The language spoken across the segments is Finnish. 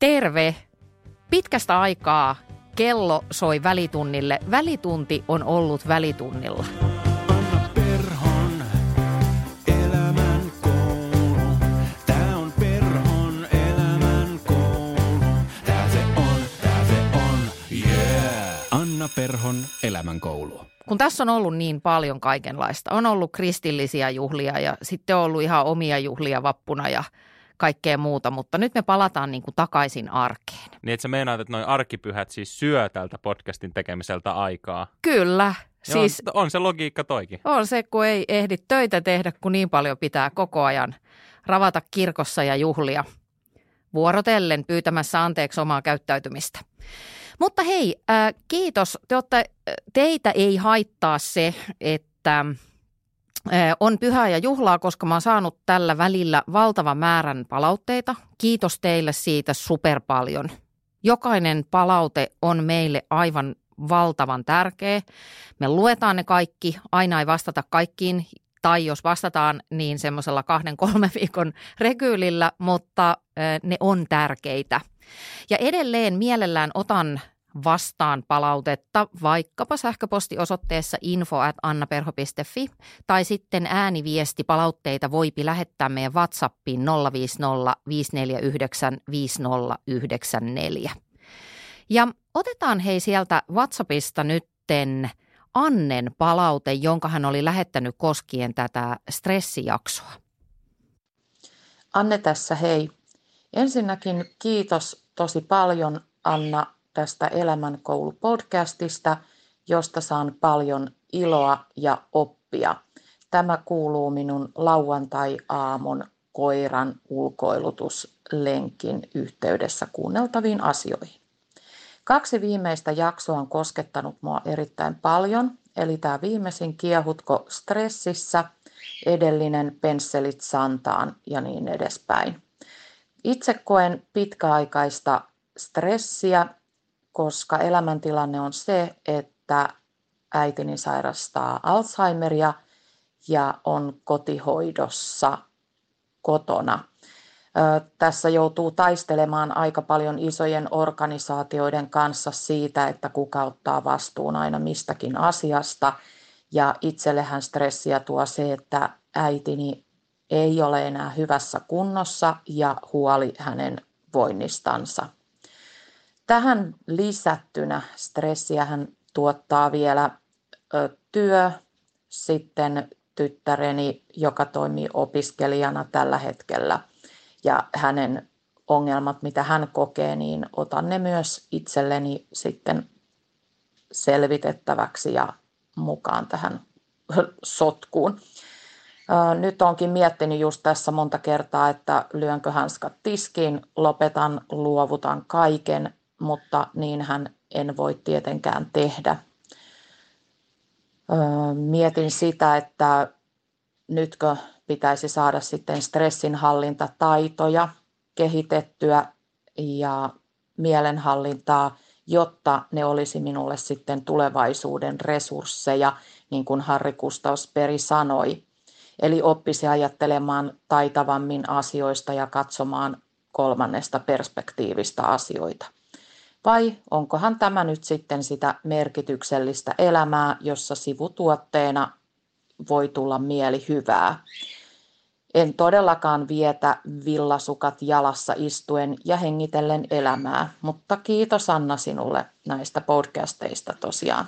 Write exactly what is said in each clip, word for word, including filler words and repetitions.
Terve! Pitkästä aikaa kello soi välitunnille. Välitunti on ollut välitunnilla. Anna Perhon elämän koulu. Tää on Perhon elämän koulu. Tää se on, tää se on, yeah! Anna Perhon elämän koulu. Kun tässä on ollut niin paljon kaikenlaista, on ollut kristillisiä juhlia ja sitten on ollut ihan omia juhlia vappuna ja kaikkea muuta, mutta nyt me palataan niin kuin takaisin arkeen. Niin, että sä meinaat, että noi arkipyhät siis syö tältä podcastin tekemiseltä aikaa. Kyllä. Siis on, on se logiikka toikin. On se, kun ei ehdi töitä tehdä, kun niin paljon pitää koko ajan ravata kirkossa ja juhlia vuorotellen pyytämässä anteeksi omaa käyttäytymistä. Mutta hei, äh, kiitos. Te olette, teitä ei haittaa se, että on pyhää ja juhlaa, koska mä oon saanut tällä välillä valtavan määrän palautteita. Kiitos teille siitä super paljon. Jokainen palaute on meille aivan valtavan tärkeä. Me luetaan ne kaikki, aina ei vastata kaikkiin, tai jos vastataan, niin semmoisella kahden kolmen viikon rekyylillä, mutta ne on tärkeitä. Ja edelleen mielellään otan vastaan palautetta vaikkapa sähköpostiosoitteessa info at annaperho piste fi tai sitten ääniviesti palautteita voipi lähettää meidän WhatsAppiin nolla viisi nolla viisi neljä yhdeksän viisi nolla yhdeksän neljä. Ja otetaan hei sieltä WhatsAppista nytten Annen palaute, jonka hän oli lähettänyt koskien tätä stressijaksoa. Anne tässä, hei. Ensinnäkin kiitos tosi paljon, Anna, tästä Elämänkoulu-podcastista, josta saan paljon iloa ja oppia. Tämä kuuluu minun lauantai-aamun koiran ulkoilutuslenkin yhteydessä kuunneltaviin asioihin. Kaksi viimeistä jaksoa on koskettanut mua erittäin paljon, eli tämä viimeisin Kiehutko stressissä, edellinen Pensselit Santaan ja niin edespäin. Itse koen pitkäaikaista stressiä, koska elämäntilanne on se, että äitini sairastaa Alzheimeria ja on kotihoidossa kotona. Tässä joutuu taistelemaan aika paljon isojen organisaatioiden kanssa siitä, että kuka ottaa vastuun aina mistäkin asiasta. Ja itsellehän stressiä tuo se, että äitini ei ole enää hyvässä kunnossa ja huoli hänen voinnistansa. Tähän lisättynä stressiähän tuottaa vielä ö, työ, sitten tyttäreni, joka toimii opiskelijana tällä hetkellä, ja hänen ongelmat, mitä hän kokee, niin otan ne myös itselleni sitten selvitettäväksi ja mukaan tähän sotkuun. Nyt onkin miettinyt just tässä monta kertaa, että lyönkö hanskat tiskiin, lopetan, luovutan kaiken, mutta niinhän en voi tietenkään tehdä. Mietin sitä, että nytkö pitäisi saada sitten stressinhallintataitoja kehitettyä ja mielenhallintaa, jotta ne olisi minulle sitten tulevaisuuden resursseja, niin kuin Harri Kustausberg sanoi. Eli oppisi ajattelemaan taitavammin asioista ja katsomaan kolmannesta perspektiivistä asioita. Vai onkohan tämä nyt sitten sitä merkityksellistä elämää, jossa sivutuotteena voi tulla mielihyvää? En todellakaan vietä villasukat jalassa istuen ja hengitellen elämää, mutta kiitos Anna sinulle näistä podcasteista tosiaan.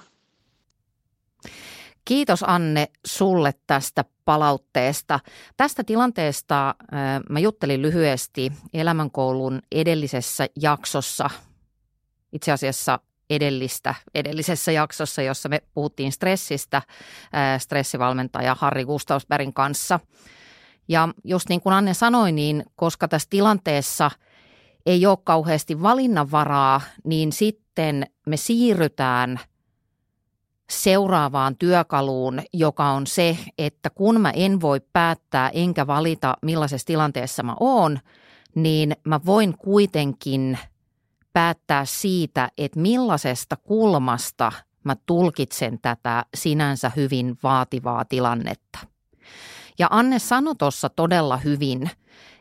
Kiitos Anne sulle tästä palautteesta. Tästä tilanteesta äh, mä juttelin lyhyesti Elämänkoulun edellisessä jaksossa, itse asiassa edellistä, edellisessä jaksossa, jossa me puhuttiin stressistä äh, stressivalmentaja Harri Kustausbergin kanssa. Ja just niin kuin Anne sanoi, niin koska tässä tilanteessa ei ole kauheasti valinnanvaraa, niin sitten me siirrytään seuraavaan työkaluun, joka on se, että kun mä en voi päättää enkä valita millaisessa tilanteessa mä oon, niin mä voin kuitenkin päättää siitä, että millaisesta kulmasta mä tulkitsen tätä sinänsä hyvin vaativaa tilannetta. Ja Anne sanoi tuossa todella hyvin,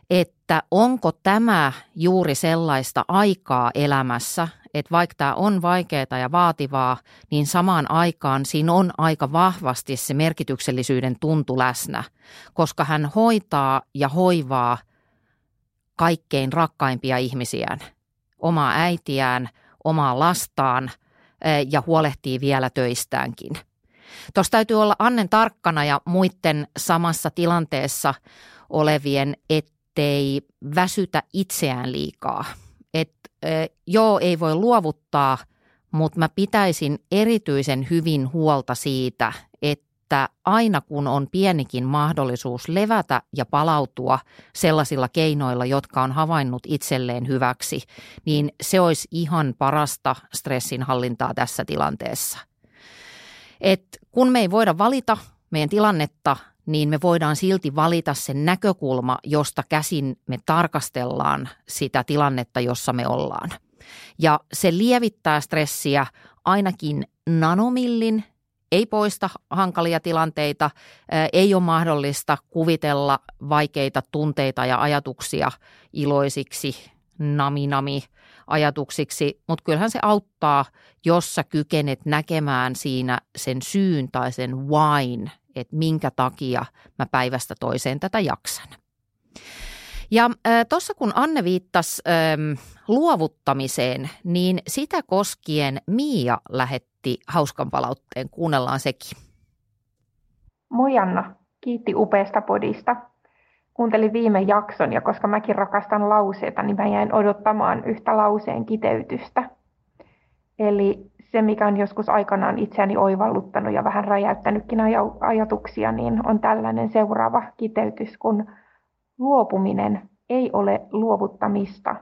että onko tämä juuri sellaista aikaa elämässä, että vaikka tämä on vaikeaa ja vaativaa, niin samaan aikaan siinä on aika vahvasti se merkityksellisyyden tuntu läsnä, koska hän hoitaa ja hoivaa kaikkein rakkaimpia ihmisiään, omaa äitiään, omaa lastaan ja huolehtii vielä töistäänkin. Tuossa täytyy olla Annen tarkkana ja muiden samassa tilanteessa olevien, ettei väsytä itseään liikaa. Et, joo, ei voi luovuttaa, mutta mä pitäisin erityisen hyvin huolta siitä, että aina kun on pienikin mahdollisuus levätä ja palautua sellaisilla keinoilla, jotka on havainnut itselleen hyväksi, niin se olisi ihan parasta stressinhallintaa tässä tilanteessa. Et kun me ei voida valita meidän tilannetta, niin me voidaan silti valita sen näkökulma, josta käsin me tarkastellaan sitä tilannetta, jossa me ollaan. Ja se lievittää stressiä ainakin nanomillin, ei poista hankalia tilanteita, ei ole mahdollista kuvitella vaikeita tunteita ja ajatuksia iloisiksi, nami-nami ajatuksiksi, mutta kyllähän se auttaa, jos sä kykenet näkemään siinä sen syyn tai sen whyn, että minkä takia mä päivästä toiseen tätä jaksan. Ja äh, tuossa kun Anne viittasi ähm, luovuttamiseen, niin sitä koskien Miia lähetti hauskan palautteen. Kuunnellaan sekin. Moi Anna, kiitti upeasta podista. Kuuntelin viime jakson ja koska mäkin rakastan lauseita, niin mä jäin odottamaan yhtä lauseen kiteytystä. Eli se, mikä on joskus aikanaan itseäni oivalluttanut ja vähän räjäyttänytkin aj- ajatuksia, niin on tällainen seuraava kiteytys, kun luopuminen ei ole luovuttamista.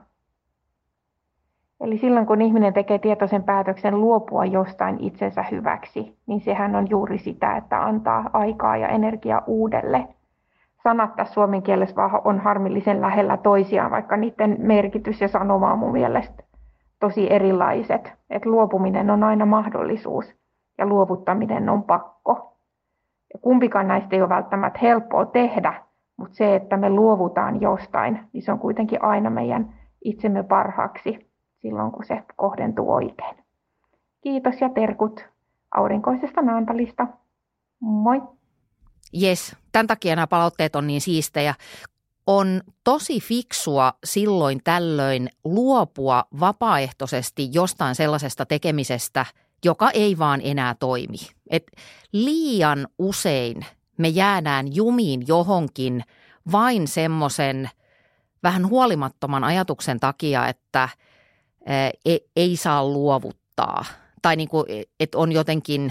Eli silloin, kun ihminen tekee tietoisen päätöksen luopua jostain itsensä hyväksi, niin sehän on juuri sitä, että antaa aikaa ja energiaa uudelle. Sanat tässä suomen kielessä vaan on harmillisen lähellä toisiaan, vaikka niiden merkitys ja sanoma on mun mielestä tosi erilaiset. Että luopuminen on aina mahdollisuus ja luovuttaminen on pakko. Ja kumpikaan näistä ei ole välttämättä helppoa tehdä, mutta se, että me luovutaan jostain, niin se on kuitenkin aina meidän itsemme parhaaksi silloin, kun se kohdentuu oikein. Kiitos ja terkut aurinkoisesta Naantalista. Moi! Jes, tämän takia nämä palautteet on niin siistejä. On tosi fiksua silloin tällöin luopua vapaaehtoisesti jostain sellaisesta tekemisestä, joka ei vaan enää toimi. Et liian usein me jäädään jumiin johonkin vain semmoisen vähän huolimattoman ajatuksen takia, että ei, ei saa luovuttaa. Tai niin kuin, että on jotenkin,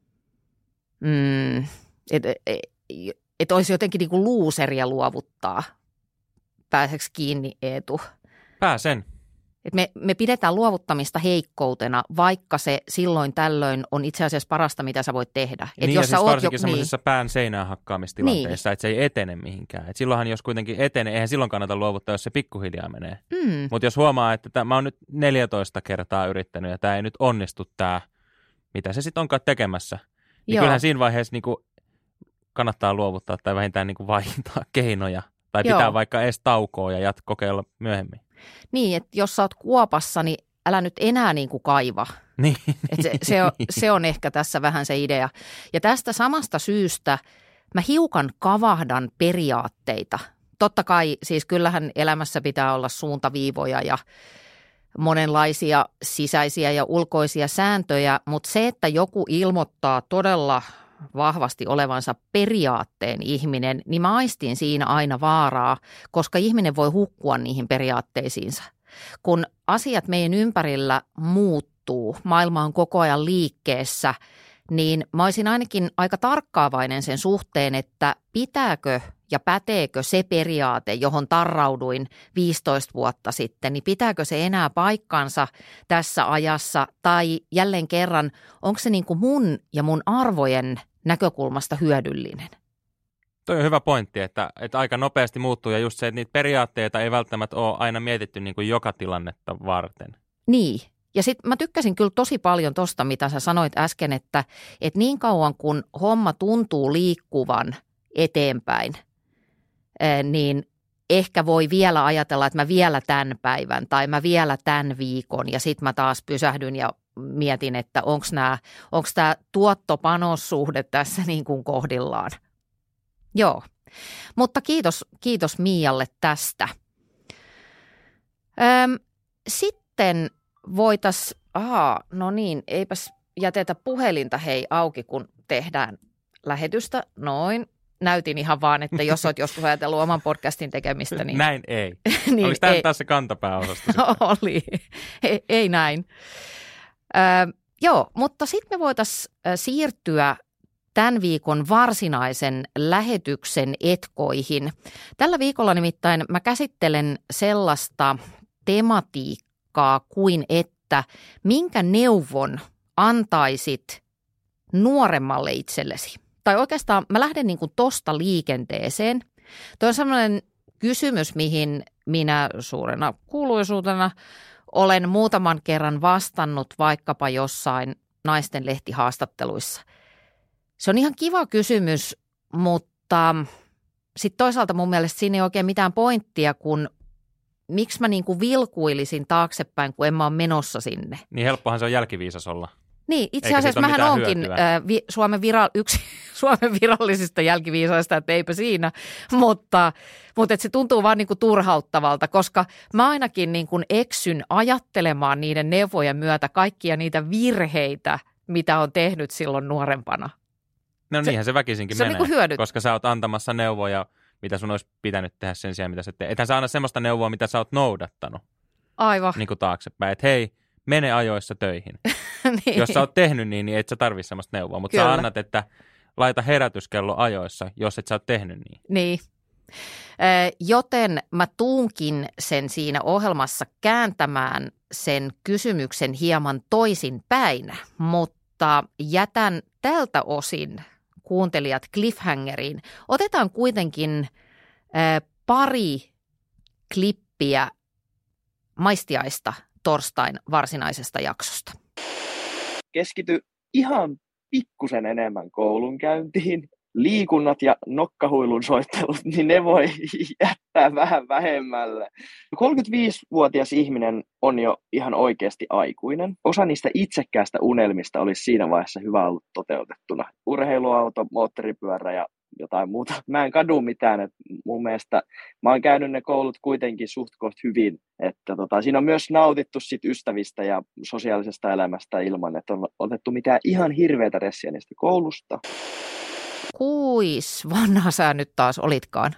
mm, että et olisi jotenkin niin kuin luuseria luovuttaa. Pääseekö kiinni, Eetu? Pääsen. Et me, me pidetään luovuttamista heikkoutena, vaikka se silloin tällöin on itse asiassa parasta, mitä sä voit tehdä. Et niin jos ja siis sä varsinkin jo, semmoisessa niin. pään seinään hakkaamistilanteessa, niin. Että se ei etene mihinkään. Et silloinhan jos kuitenkin etenee, eihän silloin kannata luovuttaa, jos se pikkuhiljaa menee. Mm. Mutta jos huomaa, että tämä, mä oon nyt neljätoista kertaa yrittänyt ja tämä ei nyt onnistu tämä, mitä se sitten onkaan tekemässä, niin Joo. kyllähän siinä vaiheessa niin kuin kannattaa luovuttaa tai vähintään niin kuin vaihtaa keinoja. Tai pitää Joo. vaikka edes taukoa ja jat kokeilla myöhemmin. Niin, että jos sä oot kuopassa, niin älä nyt enää niin kuin kaiva. Niin. Et se, se, on, se on ehkä tässä vähän se idea. Ja tästä samasta syystä mä hiukan kavahdan periaatteita. Totta kai siis kyllähän elämässä pitää olla suuntaviivoja ja monenlaisia sisäisiä ja ulkoisia sääntöjä, mutta se, että joku ilmoittaa todella vahvasti olevansa periaatteen ihminen, niin mä aistin siinä aina vaaraa, koska ihminen voi hukkua niihin periaatteisiinsa. Kun asiat meidän ympärillä muuttuu, maailma on koko ajan liikkeessä, niin mä olisin ainakin aika tarkkaavainen sen suhteen, että pitääkö ja päteekö se periaate, johon tarrauduin viisitoista vuotta sitten, niin pitääkö se enää paikkansa tässä ajassa tai jälleen kerran, onko se niin kuin mun ja mun arvojen näkökulmasta hyödyllinen? Toi on hyvä pointti, että, että aika nopeasti muuttuu ja just se, että niitä periaatteita ei välttämättä ole aina mietitty niin kuin joka tilannetta varten. Niin. Ja sitten mä tykkäsin kyllä tosi paljon tosta, mitä sä sanoit äsken, että, että niin kauan kun homma tuntuu liikkuvan eteenpäin, niin ehkä voi vielä ajatella, että mä vielä tämän päivän tai mä vielä tämän viikon ja sitten mä taas pysähdyn ja mietin, että onko tämä tuotto-panossuhde tässä niin kuin kohdillaan. Joo, mutta kiitos, kiitos Mialle tästä. Öm, sitten voitaisiin, aha, no niin, eipäs jätetä puhelinta hei auki, kun tehdään lähetystä. Noin. Näytin ihan vaan, että jos olet joskus ajatellut oman podcastin tekemistä, niin... Näin ei. niin, Oliko tämä taas se kantapääosasto? Oli. Ei, ei näin. Ö, joo, mutta sitten me voitaisiin siirtyä tämän viikon varsinaisen lähetyksen etkoihin. Tällä viikolla nimittäin mä käsittelen sellaista tematiikkaa kuin, että minkä neuvon antaisit nuoremmalle itsellesi? Tai oikeastaan mä lähden niin kuin tosta liikenteeseen. Tuo on sellainen kysymys, mihin minä suurena kuuluisuutena olen muutaman kerran vastannut vaikkapa jossain naisten lehtihaastatteluissa. Se on ihan kiva kysymys, mutta sitten toisaalta mun mielestä siinä ei oikein mitään pointtia, kun miksi mä niin kuin vilkuilisin taaksepäin, kun en mä ole menossa sinne. Niin helppohan se on jälkiviisas olla. Niin, itse asiassa mähän onkin äh, vi, Suomen vira, yksi Suomen virallisista jälkiviisaista, että eipä siinä, mutta, mutta et se tuntuu vaan niin kuin turhauttavalta, koska mä ainakin niin kuin eksyn ajattelemaan niiden neuvojen myötä kaikkia niitä virheitä, mitä on tehnyt silloin nuorempana. No se, niinhän se väkisinkin se menee, niin koska sä oot antamassa neuvoja, mitä sun olisi pitänyt tehdä sen sijaan, mitä sä teet. Ethän sä anna semmoista neuvoa, mitä sä oot noudattanut. Aivan. Niin kuin taaksepäin, että hei, mene ajoissa töihin. niin. Jos sä oot tehnyt niin, niin et sä tarvitse semmoista neuvoa. Mutta sä annat, että laita herätyskello ajoissa, jos et sä oot tehnyt niin. Niin. Joten mä tuunkin sen siinä ohjelmassa kääntämään sen kysymyksen hieman toisin päin, mutta jätän tältä osin kuuntelijat cliffhangeriin. Otetaan kuitenkin pari klippiä maistiaista torstain varsinaisesta jaksosta. Keskity ihan pikkusen enemmän koulunkäyntiin. Liikunnat ja nokkahuilun soittelut, niin ne voi jättää vähän vähemmälle. kolmekymmentäviisivuotias ihminen on jo ihan oikeasti aikuinen. Osa niistä itsekkäästä unelmista olisi siinä vaiheessa hyvä ollut toteutettuna. Urheiluauto, moottoripyörä ja jotain muuta. Mä en kadu mitään, että mun mielestä mä oon käynyt ne koulut kuitenkin suht koht hyvin, että tota, siinä on myös nautittu sit ystävistä ja sosiaalisesta elämästä ilman, että on otettu mitään ihan hirveätä ressiä niistä koulusta. Kuis vanha sä nyt taas olitkaan?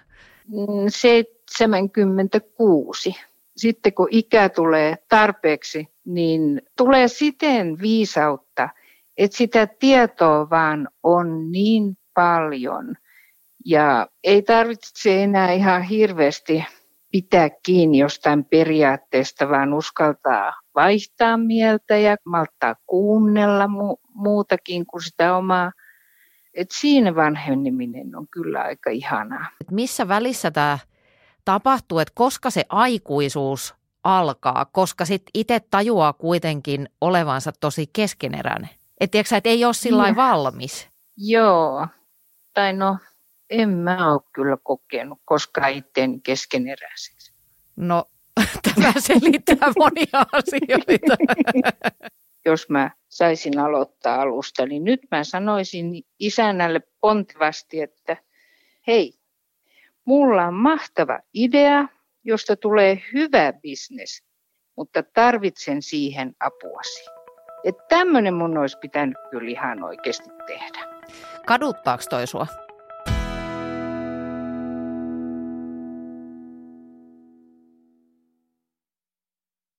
seitsemänkymmentäkuusi. Sitten kun ikä tulee tarpeeksi, niin tulee siten viisautta, että sitä tietoa vaan on niin paljon. Ja ei tarvitse enää ihan hirveästi pitää kiinni jostain periaatteesta, vaan uskaltaa vaihtaa mieltä ja malttaa kuunnella mu- muutakin kuin sitä omaa. Et siinä vanheneminen on kyllä aika ihanaa. Et missä välissä tämä tapahtuu, että koska se aikuisuus alkaa, koska sitten itse tajuaa kuitenkin olevansa tosi keskeneräinen. Että tiedätkö, et ei ole sillä valmis. Joo, tai no en mä ole kyllä kokenut koskaan itseäni keskeneräiseksi. No tämä selittää monia asioita. Jos mä saisin aloittaa alusta, niin nyt mä sanoisin isännälle pontevasti, että hei, mulla on mahtava idea, josta tulee hyvä bisnes, mutta tarvitsen siihen apuasi. Että tämmöinen mun olisi pitänyt kyllä ihan oikeasti tehdä. Kaduttaako toi sua?